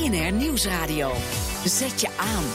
BNR Nieuwsradio. Zet je aan.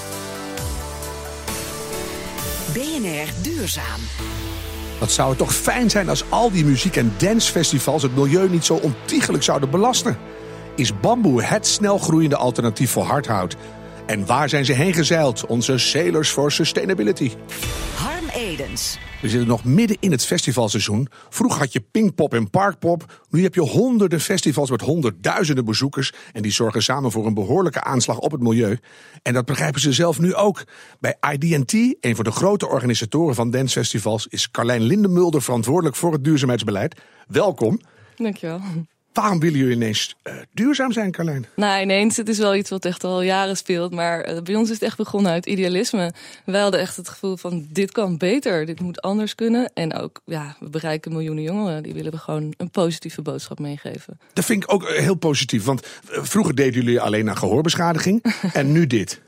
BNR Duurzaam. Wat zou het toch fijn zijn als al die muziek- en dancefestivals het milieu niet zo ontiegelijk zouden belasten? Is bamboe het snelgroeiende alternatief voor hardhout? En waar zijn ze heen gezeild, onze Sailors for Sustainability? Harm Edens. We zitten nog midden in het festivalseizoen. Vroeger had je Pinkpop en Parkpop. Nu heb je honderden festivals met honderdduizenden bezoekers. En die zorgen samen voor een behoorlijke aanslag op het milieu. En dat begrijpen ze zelf nu ook. Bij IDT, een van de grote organisatoren van dancefestivals, is Carlijn Lindemulder verantwoordelijk voor het duurzaamheidsbeleid. Welkom. Dankjewel. Waarom willen jullie ineens duurzaam zijn, Carlijn? Nou, ineens, het is wel iets wat echt al jaren speelt. Maar bij ons is het echt begonnen uit idealisme. Wij hadden echt het gevoel van, dit kan beter. Dit moet anders kunnen. En ook, ja, we bereiken miljoenen jongeren. Die willen we gewoon een positieve boodschap meegeven. Dat vind ik ook heel positief. Want vroeger deden jullie alleen aan gehoorbeschadiging. En nu dit.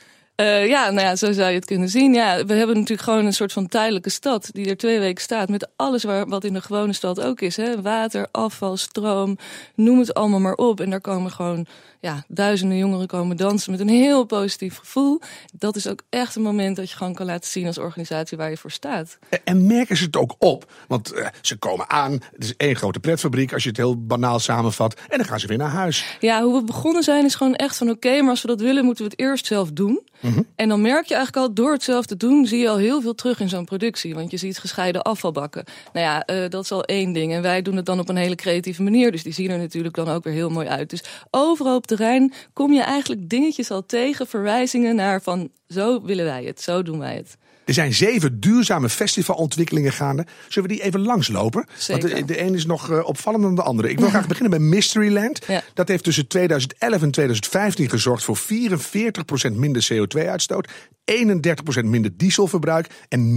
Zo zou je het kunnen zien. Ja, we hebben natuurlijk gewoon een soort van tijdelijke stad die er 2 weken staat. Met alles wat in de gewone stad ook is. Hè? Water, afval, stroom, noem het allemaal maar op. En daar komen gewoon duizenden jongeren komen dansen met een heel positief gevoel. Dat is ook echt een moment dat je gewoon kan laten zien als organisatie waar je voor staat. En merken ze het ook op? Want ze komen aan, het is 1 grote pretfabriek als je het heel banaal samenvat. En dan gaan ze weer naar huis. Ja, hoe we begonnen zijn is gewoon echt van oké, maar als we dat willen moeten we het eerst zelf doen. Mm-hmm. En dan merk je eigenlijk al, door het zelf te doen, zie je al heel veel terug in zo'n productie. Want je ziet gescheiden afvalbakken. Dat is al 1 ding. En wij doen het dan op een hele creatieve manier. Dus die zien er natuurlijk dan ook weer heel mooi uit. Dus overal op terrein kom je eigenlijk dingetjes al tegen, verwijzingen naar van zo willen wij het, zo doen wij het. Er zijn 7 duurzame festivalontwikkelingen gaande. Zullen we die even langslopen? Zeker. Want de een is nog opvallender dan de andere. Ik wil graag beginnen bij Mysteryland. Ja. Dat heeft tussen 2011 en 2015 gezorgd voor 44% minder CO2-uitstoot, 31% minder dieselverbruik en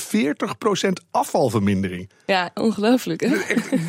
49% afvalvermindering. Ja, ongelooflijk, hè?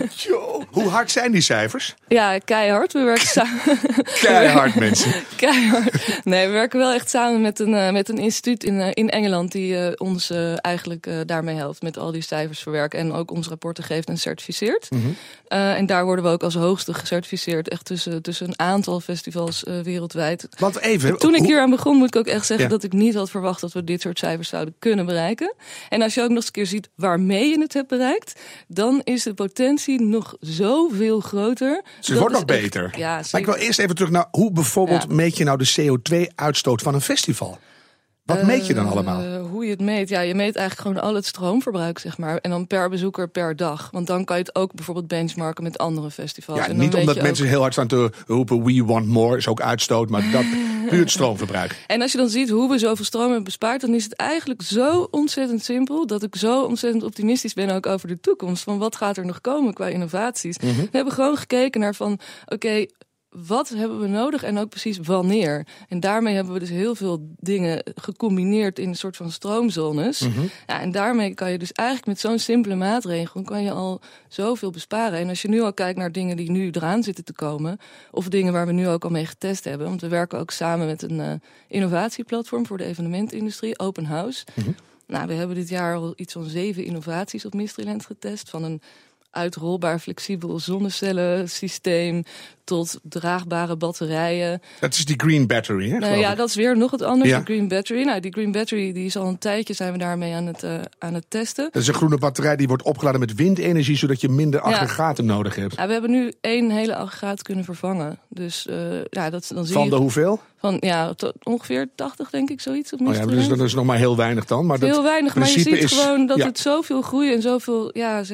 Hoe hard zijn die cijfers? Ja, keihard. We werken samen. Keihard, mensen. Keihard. Nee, we werken wel echt samen met een instituut in Engeland die ons eigenlijk daarmee helpt met al die cijfers verwerken en ook ons rapporten geeft en certificeert. Mm-hmm. En daar worden we ook als hoogste gecertificeerd, echt tussen een aantal festivals wereldwijd. Want even, toen ik hier aan begon, moet ik ook echt zeggen dat ik niet had verwacht dat we dit soort cijfers zouden kunnen bereiken. En als je ook nog eens een keer ziet waarmee je het hebt bereikt, dan is de potentie nog zoveel groter. Ze wordt nog beter. Ja, maar ik wil eerst even terug naar hoe bijvoorbeeld meet je nou de CO2-uitstoot van een festival? Wat meet je dan allemaal? Hoe je het meet? Ja, je meet eigenlijk gewoon al het stroomverbruik, zeg maar. En dan per bezoeker per dag. Want dan kan je het ook bijvoorbeeld benchmarken met andere festivals. Ja, en niet omdat mensen heel hard staan te roepen we want more, is ook uitstoot, maar dat puur het stroomverbruik. En als je dan ziet hoe we zoveel stroom hebben bespaard, dan is het eigenlijk zo ontzettend simpel dat ik zo ontzettend optimistisch ben ook over de toekomst. Van wat gaat er nog komen qua innovaties? Mm-hmm. We hebben gewoon gekeken naar van oké, wat hebben we nodig en ook precies wanneer? En daarmee hebben we dus heel veel dingen gecombineerd in een soort van stroomzones. Mm-hmm. Ja, en daarmee kan je dus eigenlijk met zo'n simpele maatregel kan je al zoveel besparen. En als je nu al kijkt naar dingen die nu eraan zitten te komen, of dingen waar we nu ook al mee getest hebben, want we werken ook samen met een innovatieplatform voor de evenementindustrie, Open House. Mm-hmm. Nou, we hebben dit jaar al iets van 7 innovaties op Mysteryland getest, van een uitrolbaar flexibel zonnecellensysteem tot draagbare batterijen. Dat is die Green Battery, hè? Ja, dat is weer nog het anders, de Green Battery. Nou, die Green Battery die is al een tijdje, zijn we daarmee aan het testen. Dat is een groene batterij die wordt opgeladen met windenergie, zodat je minder aggregaten nodig hebt. Ja, we hebben nu 1 hele aggregaat kunnen vervangen. Dus dat dan zie van je de hoeveel? Van ongeveer 80, denk ik, zoiets. Op dus dat is nog maar heel weinig dan. Maar heel weinig, maar je ziet gewoon dat het zoveel groei en zoveel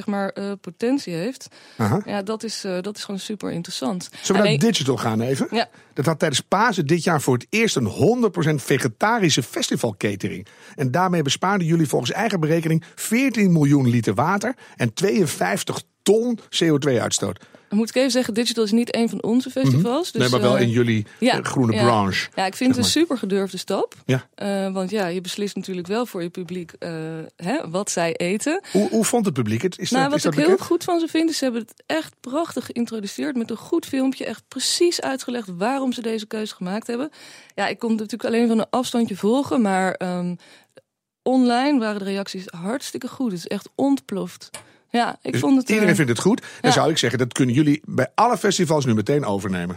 potentie heeft. Aha. Ja, dat is gewoon super interessant. Zullen we naar digital gaan even? Ja. Dat had tijdens Pasen dit jaar voor het eerst een 100% vegetarische festivalcatering. En daarmee bespaarden jullie volgens eigen berekening 14 miljoen liter water en 52 ton CO2-uitstoot. Dan moet ik even zeggen, digital is niet een van onze festivals. Mm-hmm. Dus, nee, maar wel in jullie groene branche. Ja, ik vind het een super gedurfde stap. Ja. Want je beslist natuurlijk wel voor je publiek wat zij eten. Hoe vond het publiek het? Wat ik heel goed van ze vind, is ze hebben het echt prachtig geïntroduceerd met een goed filmpje. Echt precies uitgelegd waarom ze deze keuze gemaakt hebben. Ja, ik kon het natuurlijk alleen van een afstandje volgen, maar online waren de reacties hartstikke goed. Het is echt ontploft. Ja, ik vond het. Iedereen vindt het goed. Dan zou ik zeggen, dat kunnen jullie bij alle festivals nu meteen overnemen.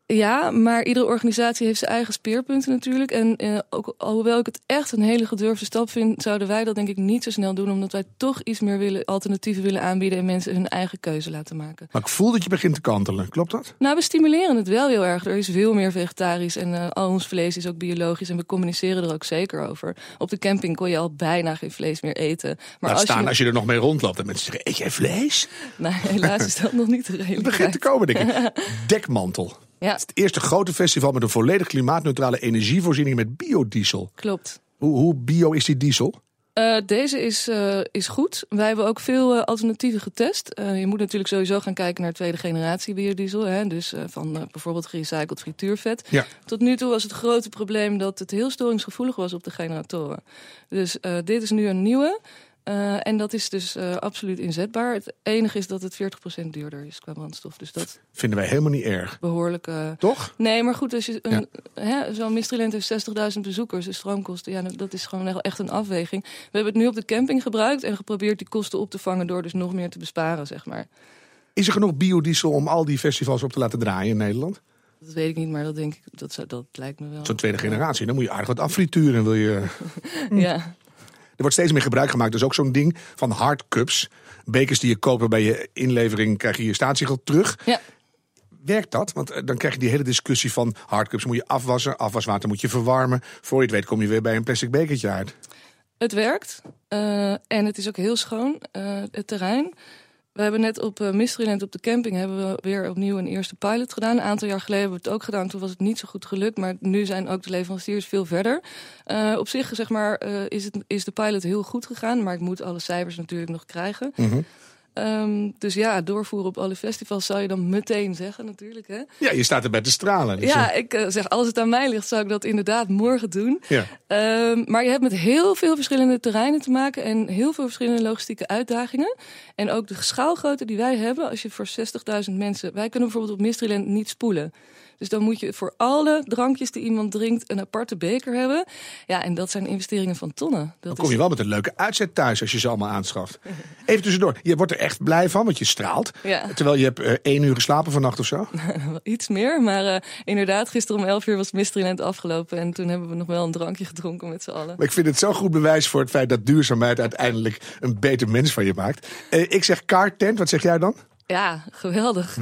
Ja, maar iedere organisatie heeft zijn eigen speerpunten natuurlijk. En ook alhoewel ik het echt een hele gedurfde stap vind, zouden wij dat denk ik niet zo snel doen, omdat wij toch iets meer alternatieven willen aanbieden en mensen hun eigen keuze laten maken. Maar ik voel dat je begint te kantelen. Klopt dat? Nou, we stimuleren het wel heel erg. Er is veel meer vegetarisch en al ons vlees is ook biologisch en we communiceren er ook zeker over. Op de camping kon je al bijna geen vlees meer eten. Maar als je er nog mee rondloopt en mensen zeggen, eet jij vlees? Nou, helaas is dat nog niet de realiteit. Het begint te komen, denk ik. Dekmantel. Ja. Het is het eerste grote festival met een volledig klimaatneutrale energievoorziening met biodiesel. Klopt. Hoe bio is die diesel? Deze is goed. Wij hebben ook veel alternatieven getest. Je moet natuurlijk sowieso gaan kijken naar tweede generatie biodiesel. Hè? Dus van bijvoorbeeld gerecycled frituurvet. Ja. Tot nu toe was het grote probleem dat het heel storingsgevoelig was op de generatoren. Dus dit is nu een nieuwe. En dat is dus absoluut inzetbaar. Het enige is dat het 40% duurder is qua brandstof. Dus dat vinden wij helemaal niet erg. Behoorlijk. Toch? Nee, maar goed, als je zo'n Mysteryland heeft 60.000 bezoekers. De stroomkosten, ja, dat is gewoon echt een afweging. We hebben het nu op de camping gebruikt en geprobeerd die kosten op te vangen door dus nog meer te besparen, zeg maar. Is er genoeg biodiesel om al die festivals op te laten draaien in Nederland? Dat weet ik niet, maar dat denk ik, dat lijkt me wel. Zo'n tweede generatie, dan moet je aardig wat affrituren. Wil je... Ja. Er wordt steeds meer gebruik gemaakt. Dus ook zo'n ding van hardcups. Bekers die je koopt bij je inlevering krijg je je statiegeld terug. Ja. Werkt dat? Want dan krijg je die hele discussie van hardcups moet je afwassen. Afwaswater moet je verwarmen. Voor je het weet kom je weer bij een plastic bekertje uit. Het werkt. En het is ook heel schoon. Het terrein. We hebben net op Mysteryland op de camping hebben we weer opnieuw een eerste pilot gedaan. Een aantal jaar geleden hebben we het ook gedaan. Toen was het niet zo goed gelukt. Maar nu zijn ook de leveranciers veel verder. Op zich zeg maar, is de pilot heel goed gegaan. Maar ik moet alle cijfers natuurlijk nog krijgen. Mm-hmm. Dus ja, doorvoeren op alle festivals zou je dan meteen zeggen natuurlijk. Hè? Ja, je staat erbij te stralen. Dus ja, ik zeg, als het aan mij ligt, zou ik dat inderdaad morgen doen. Ja. Maar je hebt met heel veel verschillende terreinen te maken en heel veel verschillende logistieke uitdagingen. En ook de schaalgrootte die wij hebben, als je voor 60.000 mensen... Wij kunnen bijvoorbeeld op Mysteryland niet spoelen. Dus dan moet je voor alle drankjes die iemand drinkt een aparte beker hebben. Ja, en dat zijn investeringen van tonnen. Dan kom je wel met een leuke uitzet thuis als je ze allemaal aanschaft. Even tussendoor, je wordt er echt blij van, want je straalt. Ja. Terwijl je hebt 1 uur geslapen vannacht of zo. Iets meer, maar inderdaad, gisteren om 11 uur was Mysteryland afgelopen. En toen hebben we nog wel een drankje gedronken met z'n allen. Maar ik vind het zo goed bewijs voor het feit dat duurzaamheid uiteindelijk een beter mens van je maakt. Ik zeg car tent, wat zeg jij dan? Ja, geweldig.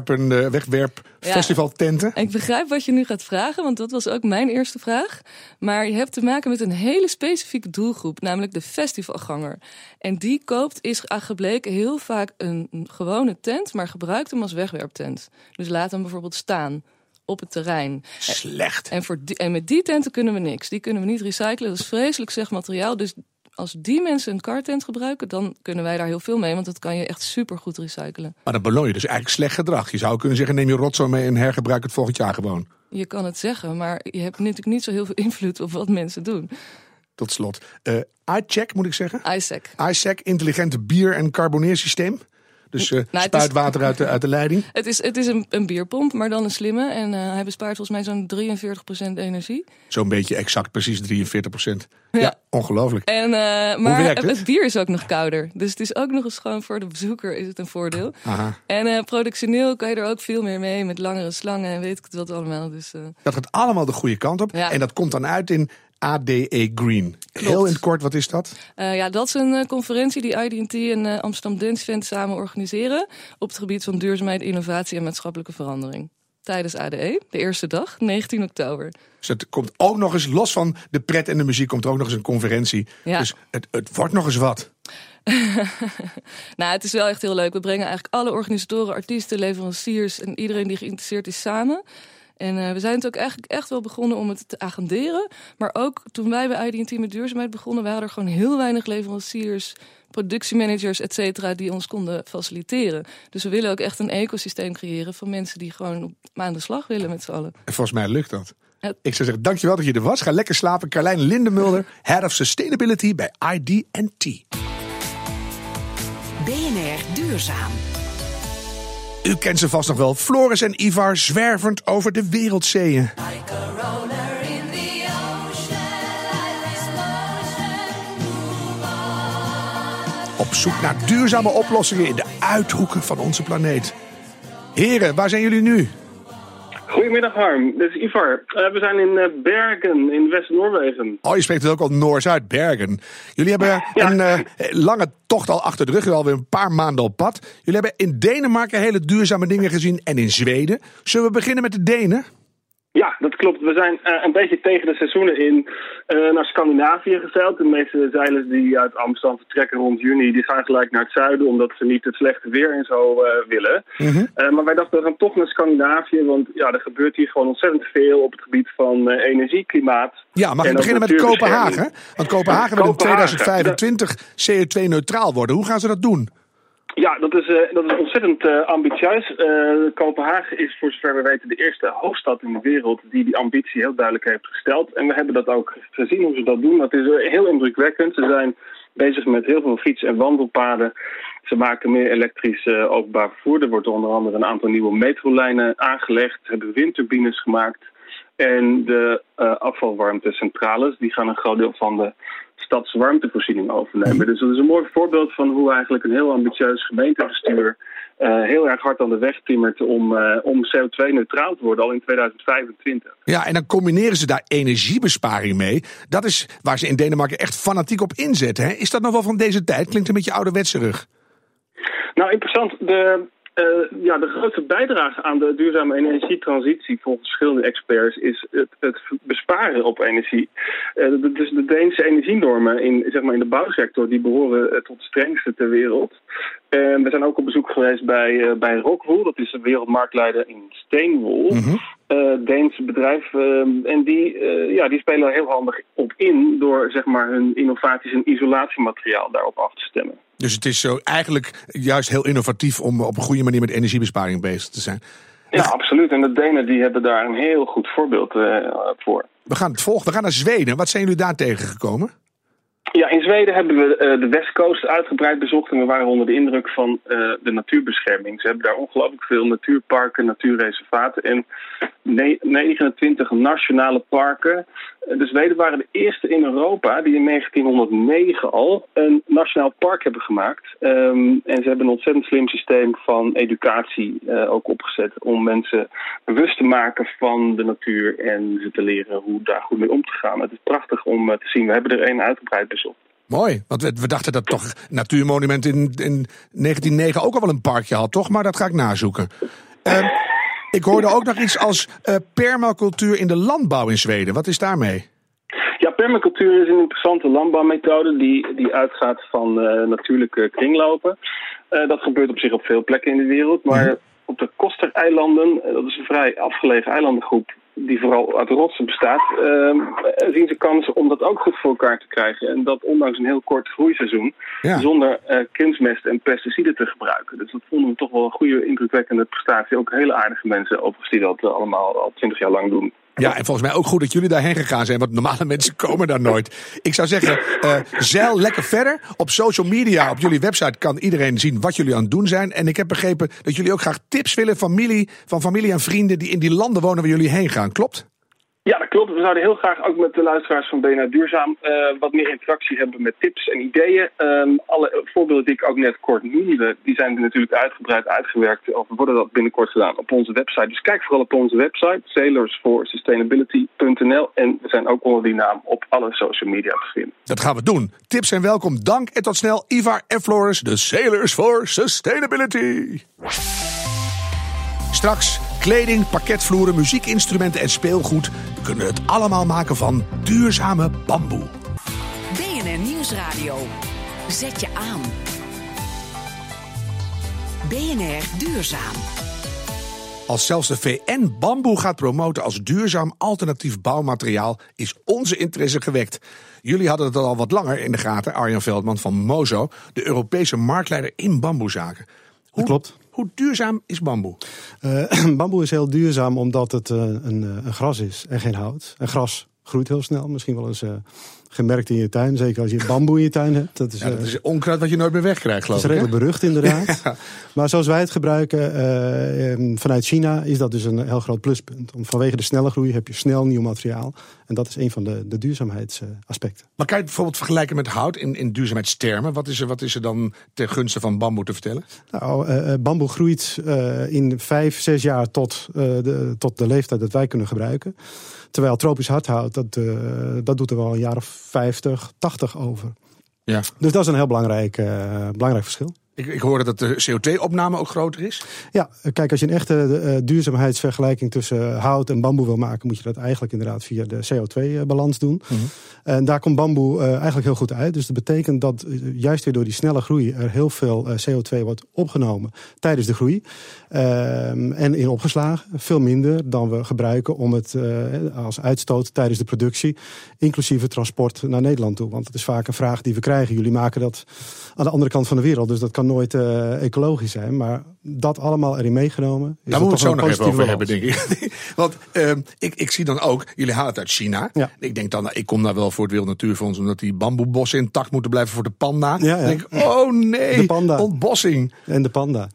Wegwerpfestivaltenten. Ja, ik begrijp wat je nu gaat vragen, want dat was ook mijn eerste vraag. Maar je hebt te maken met een hele specifieke doelgroep, namelijk de festivalganger. En die koopt, is gebleken, heel vaak een gewone tent, maar gebruikt hem als wegwerptent. Dus laat hem bijvoorbeeld staan op het terrein. Slecht. En met die tenten kunnen we niks. Die kunnen we niet recyclen. Dat is vreselijk slecht materiaal. Dus als die mensen een cartent gebruiken, dan kunnen wij daar heel veel mee. Want dat kan je echt super goed recyclen. Maar dan beloon je dus eigenlijk slecht gedrag. Je zou kunnen zeggen, neem je rotzooi mee en hergebruik het volgend jaar gewoon. Je kan het zeggen, maar je hebt natuurlijk niet zo heel veel invloed op wat mensen doen. Tot slot. iCheck moet ik zeggen. iCheck, intelligente bier- en carboneersysteem. Dus spuit water uit de leiding. Het is een bierpomp, maar dan een slimme. En hij bespaart volgens mij zo'n 43% energie. Zo'n beetje exact, precies 43%. Ja, ongelooflijk. Maar het bier is ook nog kouder. Dus het is ook nog eens gewoon voor de bezoeker is het een voordeel. Aha. En productioneel kan je er ook veel meer mee. Met langere slangen en weet ik het wat allemaal. Dus, Dat gaat allemaal de goede kant op. Ja. En dat komt dan uit in ADE Green. Klopt. Heel in het kort, wat is dat? Dat is een conferentie die ID&T en Amsterdam Dance Event samen organiseren. Op het gebied van duurzaamheid, innovatie en maatschappelijke verandering. Tijdens ADE, de eerste dag, 19 oktober. Dus het komt ook nog eens, los van de pret en de muziek, komt er ook nog eens een conferentie. Ja. Dus het wordt nog eens wat. Nou, het is wel echt heel leuk. We brengen eigenlijk alle organisatoren, artiesten, leveranciers en iedereen die geïnteresseerd is samen. En we zijn het ook eigenlijk echt wel begonnen om het te agenderen. Maar ook toen wij bij ID&T met duurzaamheid begonnen, waren er gewoon heel weinig leveranciers, productiemanagers, et cetera, die ons konden faciliteren. Dus we willen ook echt een ecosysteem creëren van mensen die gewoon aan de slag willen met z'n allen. En volgens mij lukt dat. Ik zou zeggen, dankjewel dat je er was. Ga lekker slapen. Carlijn Lindemulder, Head of Sustainability bij ID&T. BNR Duurzaam. U kent ze vast nog wel. Floris en Ivar zwervend over de wereldzeeën. Op zoek naar duurzame oplossingen in de uithoeken van onze planeet. Heren, waar zijn jullie nu? Goedemiddag Harm, dit is Ivar. We zijn in Bergen in West-Noorwegen. Oh, je spreekt het ook al Noors uit, Bergen. Jullie hebben een lange tocht al achter de rug, alweer een paar maanden op pad. Jullie hebben in Denemarken hele duurzame dingen gezien en in Zweden. Zullen we beginnen met de Denen? Ja, dat klopt. We zijn een beetje tegen de seizoenen in naar Scandinavië gezeild. De meeste zeilers die uit Amsterdam vertrekken rond juni, die gaan gelijk naar het zuiden, omdat ze niet het slechte weer en zo willen. Maar wij dachten, we gaan toch naar Scandinavië, want ja, er gebeurt hier gewoon ontzettend veel op het gebied van energie, klimaat. Ja, mag ik beginnen met Kopenhagen? Want Kopenhagen wil in 2025 CO2-neutraal worden. Hoe gaan ze dat doen? Ja, dat is ontzettend ambitieus. Kopenhagen is voor zover we weten de eerste hoofdstad in de wereld die ambitie heel duidelijk heeft gesteld. En we hebben dat ook gezien hoe ze dat doen. Dat is heel indrukwekkend. Ze zijn bezig met heel veel fiets- en wandelpaden. Ze maken meer elektrisch openbaar vervoer. Er wordt onder andere een aantal nieuwe metrolijnen aangelegd. Ze hebben windturbines gemaakt. En de afvalwarmtecentrales die gaan een groot deel van de stadswarmtevoorziening overnemen. Dus dat is een mooi voorbeeld van hoe eigenlijk een heel ambitieus gemeentebestuur heel erg hard aan de weg timmert om CO2-neutraal te worden al in 2025. Ja, en dan combineren ze daar energiebesparing mee. Dat is waar ze in Denemarken echt fanatiek op inzetten. Hè? Is dat nog wel van deze tijd? Klinkt een beetje ouderwetse rug. Nou, interessant. De grootste bijdrage aan de duurzame energietransitie volgens verschillende experts is het besparen op energie. Dus de Deense energienormen in de bouwsector die behoren tot de strengste ter wereld. We zijn ook op bezoek geweest bij Rockwool, dat is een wereldmarktleider in steenwol. Deense bedrijf. En die spelen er heel handig op in door zeg maar hun innovaties en isolatiemateriaal daarop af te stemmen. Dus het is zo eigenlijk juist heel innovatief om op een goede manier met energiebesparing bezig te zijn. Ja, absoluut. En de Denen die hebben daar een heel goed voorbeeld voor. We gaan het volgen. We gaan naar Zweden. Wat zijn jullie daar tegengekomen? Ja, in Zweden hebben we de West Coast uitgebreid bezocht en we waren onder de indruk van de natuurbescherming. Ze hebben daar ongelooflijk veel natuurparken, natuurreservaten en 29 nationale parken. De Zweden waren de eerste in Europa die in 1909 al een nationaal park hebben gemaakt. En ze hebben een ontzettend slim systeem van educatie ook opgezet om mensen bewust te maken van de natuur en ze te leren hoe daar goed mee om te gaan. Het is prachtig om te zien. We hebben er één uitgebreid bezocht. Mooi, want we dachten dat toch Natuurmonument in 1909 ook al wel een parkje had, toch? Maar dat ga ik nazoeken. Ik hoorde ook nog iets als permacultuur in de landbouw in Zweden. Wat is daarmee? Ja, permacultuur is een interessante landbouwmethode die uitgaat van natuurlijke kringlopen. Dat gebeurt op zich op veel plekken in de wereld. Maar op de Koster-eilanden, dat is een vrij afgelegen eilandengroep die vooral uit rotsen bestaat, zien ze kansen om dat ook goed voor elkaar te krijgen. En dat ondanks een heel kort groeiseizoen, zonder kunstmest en pesticiden te gebruiken. Dus dat vonden we toch wel een goede, indrukwekkende prestatie. Ook hele aardige mensen overigens die dat allemaal al 20 jaar lang doen. Ja, en volgens mij ook goed dat jullie daarheen gegaan zijn, want normale mensen komen daar nooit. Ik zou zeggen, zeil lekker verder. Op social media, op jullie website kan iedereen zien wat jullie aan het doen zijn. En ik heb begrepen dat jullie ook graag tips willen van familie en vrienden die in die landen wonen waar jullie heen gaan. Klopt? Ja, dat klopt. We zouden heel graag ook met de luisteraars van BNR Duurzaam wat meer interactie hebben met tips en ideeën. Alle voorbeelden die ik ook net kort noemde, die zijn natuurlijk uitgebreid uitgewerkt. Of worden dat binnenkort gedaan op onze website. Dus kijk vooral op onze website, sailorsforsustainability.nl. En we zijn ook onder die naam op alle social media te vinden. Dat gaan we doen. Tips en welkom. Dank en tot snel. Ivar en Floris, de Sailors for Sustainability. Straks kleding, parketvloeren, muziekinstrumenten en speelgoed. We kunnen het allemaal maken van duurzame bamboe. BNR Nieuwsradio. Zet je aan. BNR Duurzaam. Als zelfs de VN bamboe gaat promoten als duurzaam alternatief bouwmateriaal, is onze interesse gewekt. Jullie hadden het al wat langer in de gaten, Arjan Veldman van Mozo, de Europese marktleider in bamboezaken. Dat klopt. Hoe duurzaam is bamboe? Bamboe is heel duurzaam omdat het een gras is en geen hout. En gras groeit heel snel, misschien wel eens gemerkt in je tuin. Zeker als je bamboe in je tuin hebt. Dat is onkruid wat je nooit meer wegkrijgt, geloof ik. Dat is redelijk berucht, inderdaad. Ja. Maar zoals wij het gebruiken vanuit China is dat dus een heel groot pluspunt. Vanwege de snelle groei heb je snel nieuw materiaal. En dat is een van de duurzaamheidsaspecten. Maar kan je het bijvoorbeeld vergelijken met hout in duurzaamheidstermen? Wat is er dan ten gunste van bamboe te vertellen? Nou, bamboe groeit in 5-6 jaar tot de leeftijd dat wij kunnen gebruiken. Terwijl tropisch hardhout, dat doet er wel een jaar of 50, 80 over. Ja. Dus dat is een heel belangrijk verschil. Ik hoorde dat de CO2-opname ook groter is. Ja, kijk, als je een echte duurzaamheidsvergelijking tussen hout en bamboe wil maken, moet je dat eigenlijk inderdaad via de CO2-balans doen. Mm-hmm. En daar komt bamboe eigenlijk heel goed uit. Dus dat betekent dat juist weer door die snelle groei er heel veel CO2 wordt opgenomen tijdens de groei. En in opgeslagen, veel minder dan we gebruiken om het als uitstoot tijdens de productie, inclusief het transport naar Nederland toe. Want het is vaak een vraag die we krijgen. Jullie maken dat aan de andere kant van de wereld, dus dat kan nooit ecologisch zijn. Maar dat allemaal erin meegenomen. Daar moeten we het zo nog even over hebben, denk ik. Want ik zie dan ook, jullie halen het uit China. Ja. Ik denk dan, ik kom daar wel voor het Wereld Natuurfonds, omdat die bamboebossen intact moeten blijven voor de panda. Ja, ja. Dan denk ik, oh nee, de panda. Ontbossing. En de panda.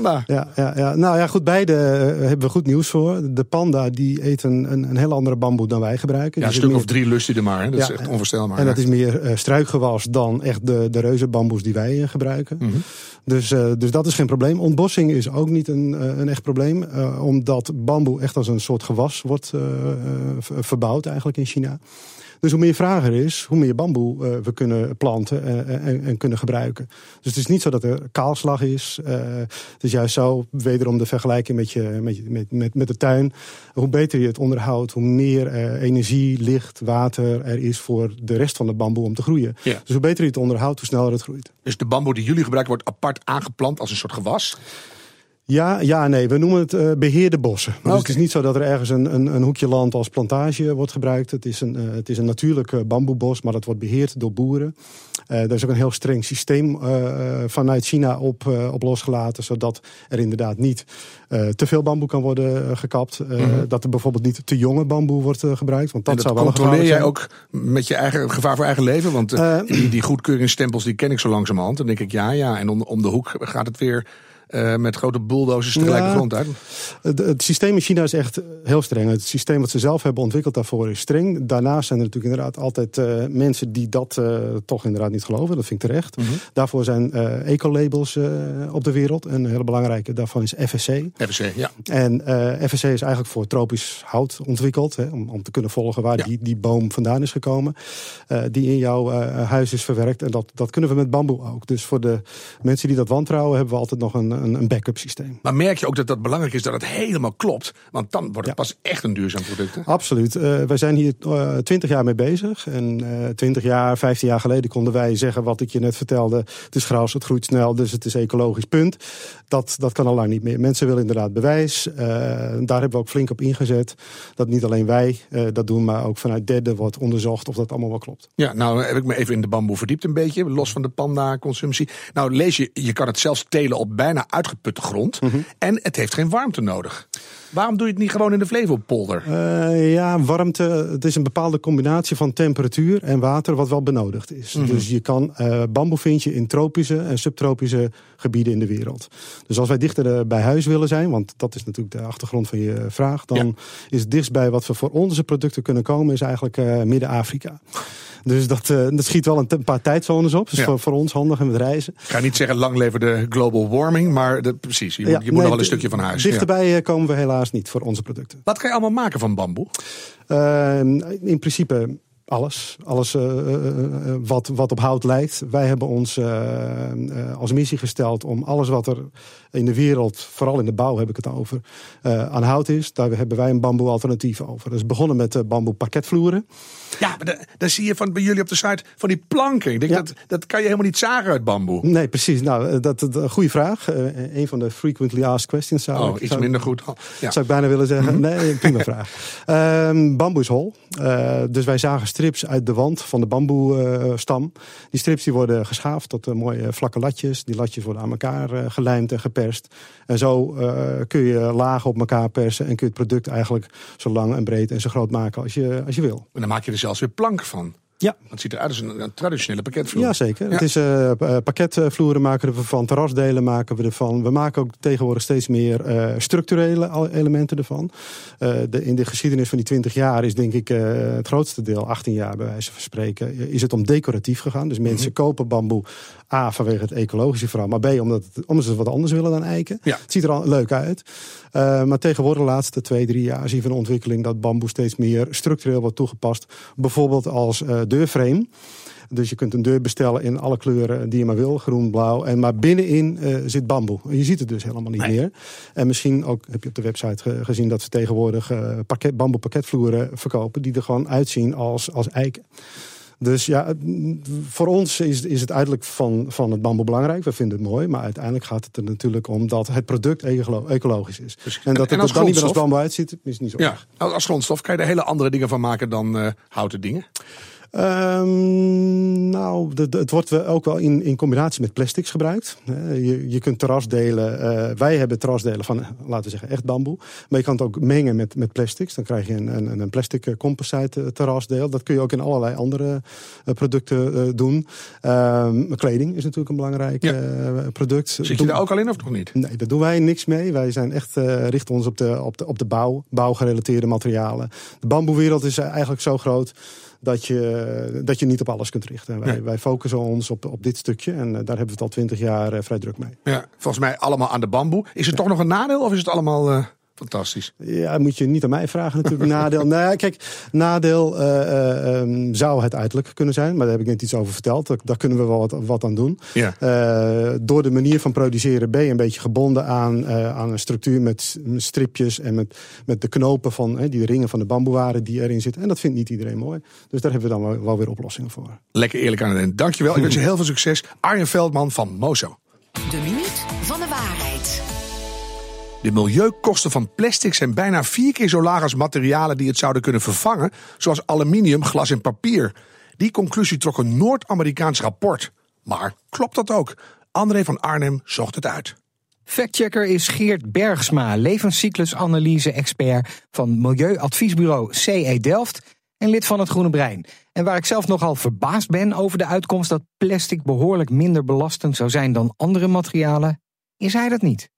Ja. Nou ja, goed, beide hebben we goed nieuws voor. De panda die eet een heel andere bamboe dan wij gebruiken. Ja, een stuk of 3 lust hij er maar. Hè? Dat is echt onvoorstelbaar. En dat is meer struikgewas dan echt de reuzenbamboes die wij gebruiken. Mm-hmm. Dus dat is geen probleem. Ontbossing is ook niet een echt probleem. Omdat bamboe echt als een soort gewas wordt verbouwd eigenlijk in China. Dus hoe meer vraag er is, hoe meer bamboe we kunnen planten en kunnen gebruiken. Dus het is niet zo dat er kaalslag is. Het is juist zo, wederom de vergelijking met de tuin. Hoe beter je het onderhoudt, hoe meer energie, licht, water er is voor de rest van de bamboe om te groeien. Ja. Dus hoe beter je het onderhoudt, hoe sneller het groeit. Dus de bamboe die jullie gebruiken wordt apart aangeplant als een soort gewas? Ja, nee. We noemen het beheerde bossen. Dus het is niet zo dat er ergens een hoekje land als plantage wordt gebruikt. Het is een natuurlijk bamboebos, maar dat wordt beheerd door boeren. Er is ook een heel streng systeem vanuit China op losgelaten, zodat er inderdaad niet te veel bamboe kan worden gekapt. Dat er bijvoorbeeld niet te jonge bamboe wordt gebruikt. Want dat zou wel controleer jij ook met je eigen gevaar voor eigen leven? Want die goedkeuringsstempels die ken ik zo langzamerhand. Dan denk ik ja. En om de hoek gaat het weer met grote bulldozers tegelijk de grond uit. Het systeem in China is echt heel streng. Het systeem wat ze zelf hebben ontwikkeld daarvoor is streng. Daarnaast zijn er natuurlijk inderdaad altijd mensen die dat toch inderdaad niet geloven. Dat vind ik terecht. Mm-hmm. Daarvoor zijn ecolabels op de wereld. En een hele belangrijke daarvan is FSC. FSC, ja. En FSC is eigenlijk voor tropisch hout ontwikkeld. Hè, om te kunnen volgen waar die boom vandaan is gekomen. Die in jouw huis is verwerkt. En dat kunnen we met bamboe ook. Dus voor de mensen die dat wantrouwen hebben we altijd nog een backup systeem. Maar merk je ook dat het belangrijk is dat het helemaal klopt? Want dan wordt het pas echt een duurzaam product. Hè? Absoluut. Wij zijn hier 20 jaar mee bezig. En 20 jaar, 15 jaar geleden konden wij zeggen wat ik je net vertelde. Het is gras, het groeit snel, dus het is ecologisch, punt. Dat kan al lang niet meer. Mensen willen inderdaad bewijs. Daar hebben we ook flink op ingezet. Dat niet alleen wij dat doen, maar ook vanuit derden wordt onderzocht of dat allemaal wel klopt. Ja, nou heb ik me even in de bamboe verdiept een beetje. Los van de panda-consumptie. Nou lees je kan het zelfs telen op bijna uitgeputte grond. Mm-hmm. En het heeft geen warmte nodig. Waarom doe je het niet gewoon in de Flevopolder? Warmte. Het is een bepaalde combinatie van temperatuur en water wat wel benodigd is. Mm-hmm. Dus je kan bamboe vind je in tropische en subtropische gebieden in de wereld. Dus als wij dichter bij huis willen zijn, want dat is natuurlijk de achtergrond van je vraag, dan is het dichtstbij wat we voor onze producten kunnen komen is eigenlijk Midden-Afrika. Dus dat schiet wel een paar tijdzones op. Dus voor ons handig en met reizen. Ik ga niet zeggen lang leven de global warming, maar precies. Je moet nog wel een stukje van huis. Dichterbij komen we helaas niet voor onze producten. Wat kan je allemaal maken van bamboe? In principe alles wat op hout lijkt. Wij hebben ons als missie gesteld om alles wat er in de wereld, vooral in de bouw heb ik het over, aan hout is. Daar hebben wij een bamboe alternatief over. Dat is begonnen met bamboe parketvloeren. Ja, maar daar zie je bij jullie op de site van die planken. Ik denk dat kan je helemaal niet zagen uit bamboe. Nee, precies. Nou, dat goede vraag. Een van de frequently asked questions iets minder goed. Ja. Zou ik bijna willen zeggen. Mm-hmm. Nee, prima vraag. Bamboe is hol. Dus wij zagen strips uit de wand van de bamboestam. Die strips die worden geschaafd tot mooie vlakke latjes. Die latjes worden aan elkaar gelijmd en geperst. En zo kun je lagen op elkaar persen en kun je het product eigenlijk zo lang en breed en zo groot maken als je wil. En dan maak je er zelfs weer plank van. Ja. Het ziet eruit als een traditionele pakketvloer. Ja, zeker. Ja. Het is pakketvloeren maken we ervan, terrasdelen maken we ervan. We maken ook tegenwoordig steeds meer structurele elementen ervan. In de geschiedenis van die 20 jaar is denk ik het grootste deel, 18 jaar bij wijze van spreken, is het om decoratief gegaan. Dus mensen kopen bamboe, A, vanwege het ecologische verhaal, maar B, omdat ze wat anders willen dan eiken. Ja. Het ziet er al leuk uit. Maar tegenwoordig de laatste 2-3 jaar zien we een ontwikkeling dat bamboe steeds meer structureel wordt toegepast. Bijvoorbeeld als deurframe. Dus je kunt een deur bestellen in alle kleuren die je maar wil. Groen, blauw. Maar binnenin zit bamboe. Je ziet het dus helemaal niet meer. En misschien ook, heb je op de website gezien, dat ze tegenwoordig bamboe pakketvloeren verkopen die er gewoon uitzien als eiken. Dus ja, voor ons is het uiterlijk van het bamboe belangrijk. We vinden het mooi, maar uiteindelijk gaat het er natuurlijk om dat het product ecologisch is. Precies. En dat het er dan niet meer als bamboe uitziet, is niet zo erg. Als grondstof kan je er hele andere dingen van maken dan houten dingen? Het wordt ook wel in combinatie met plastics gebruikt. Je kunt terrasdelen. Wij hebben terrasdelen van, laten we zeggen, echt bamboe. Maar je kan het ook mengen met plastics. Dan krijg je een plastic composite terrasdeel. Dat kun je ook in allerlei andere producten doen. Kleding is natuurlijk een belangrijk product. Zit je daar ook al in of nog niet? Nee, daar doen wij niks mee. Wij zijn echt richten ons op de bouwgerelateerde materialen. De bamboewereld is eigenlijk zo groot dat je niet op alles kunt richten. Wij focussen ons op dit stukje en daar hebben we het al 20 jaar vrij druk mee. Ja, volgens mij allemaal aan de bamboe. Is het toch nog een nadeel of is het allemaal fantastisch? Ja, moet je niet aan mij vragen natuurlijk. Nadeel. Nou, kijk, nadeel zou het uiterlijk kunnen zijn, maar daar heb ik net iets over verteld. Daar kunnen we wel wat aan doen. Ja. Door de manier van produceren ben je een beetje gebonden aan een structuur met stripjes en met de knopen van die ringen van de bamboewaren die erin zitten. En dat vindt niet iedereen mooi. Dus daar hebben we dan wel weer oplossingen voor. Lekker eerlijk aan het eind. Dankjewel. Ik wens je heel veel succes. Arjen Veldman van Mozo. De minuut van de waarheid. De milieukosten van plastic zijn bijna 4 keer zo laag als materialen die het zouden kunnen vervangen, zoals aluminium, glas en papier. Die conclusie trok een Noord-Amerikaans rapport. Maar klopt dat ook? André van Arnhem zocht het uit. Factchecker is Geert Bergsma, levenscyclusanalyse-expert van milieuadviesbureau CE Delft en lid van het Groene Brein. En waar ik zelf nogal verbaasd ben over de uitkomst dat plastic behoorlijk minder belastend zou zijn dan andere materialen, is hij dat niet.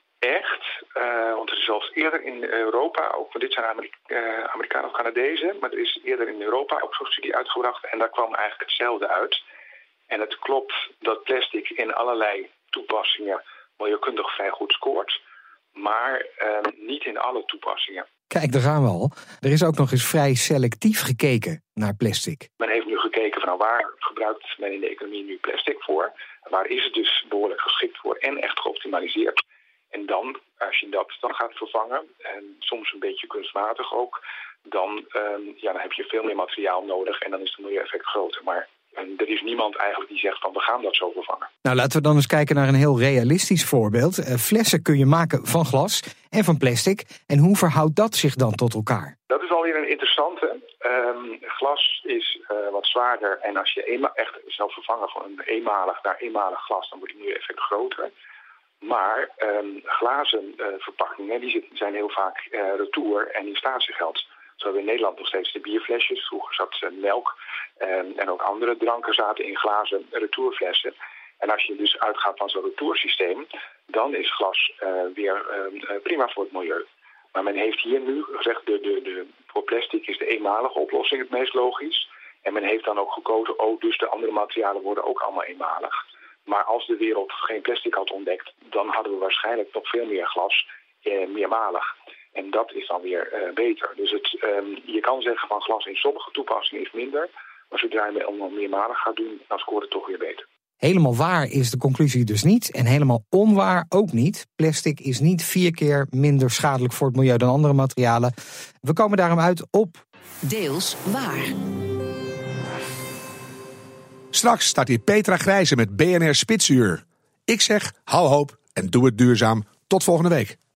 Want er is zelfs eerder in Europa, ook dit zijn Amerikanen of Canadezen, maar er is eerder in Europa ook zo'n studie uitgebracht en daar kwam eigenlijk hetzelfde uit. En het klopt dat plastic in allerlei toepassingen milieukundig vrij goed scoort, maar niet in alle toepassingen. Kijk, daar gaan we al. Er is ook nog eens vrij selectief gekeken naar plastic. Men heeft nu gekeken van waar gebruikt men in de economie nu plastic voor? Waar is het dus behoorlijk geschikt voor en echt geoptimaliseerd? En dan, als je dat dan gaat vervangen, en soms een beetje kunstmatig ook, dan heb je veel meer materiaal nodig en dan is het milieueffect groter. Maar er is niemand eigenlijk die zegt van we gaan dat zo vervangen. Nou, laten we dan eens kijken naar een heel realistisch voorbeeld. Flessen kun je maken van glas en van plastic. En hoe verhoudt dat zich dan tot elkaar? Dat is alweer een interessante. Glas is wat zwaarder en als je echt zou vervangen van een eenmalig naar eenmalig glas, dan wordt het milieueffect groter. Maar glazen verpakkingen die zijn heel vaak retour en in statiegeld. Zo hebben we in Nederland nog steeds de bierflesjes. Vroeger zat melk en ook andere dranken zaten in glazen retourflessen. En als je dus uitgaat van zo'n retoursysteem, dan is glas weer prima voor het milieu. Maar men heeft hier nu gezegd, voor plastic is de eenmalige oplossing het meest logisch. En men heeft dan ook gekozen, dus de andere materialen worden ook allemaal eenmalig. Maar als de wereld geen plastic had ontdekt, dan hadden we waarschijnlijk nog veel meer glas, meermalig. En dat is dan weer beter. Dus je kan zeggen van glas in sommige toepassingen is minder. Maar zodra je allemaal meermalig gaat doen, dan scoort het toch weer beter. Helemaal waar is de conclusie dus niet. En helemaal onwaar ook niet. Plastic is niet 4 keer minder schadelijk voor het milieu dan andere materialen. We komen daarom uit op deels waar. Straks staat hier Petra Grijze met BNR Spitsuur. Ik zeg, hou hoop en doe het duurzaam. Tot volgende week.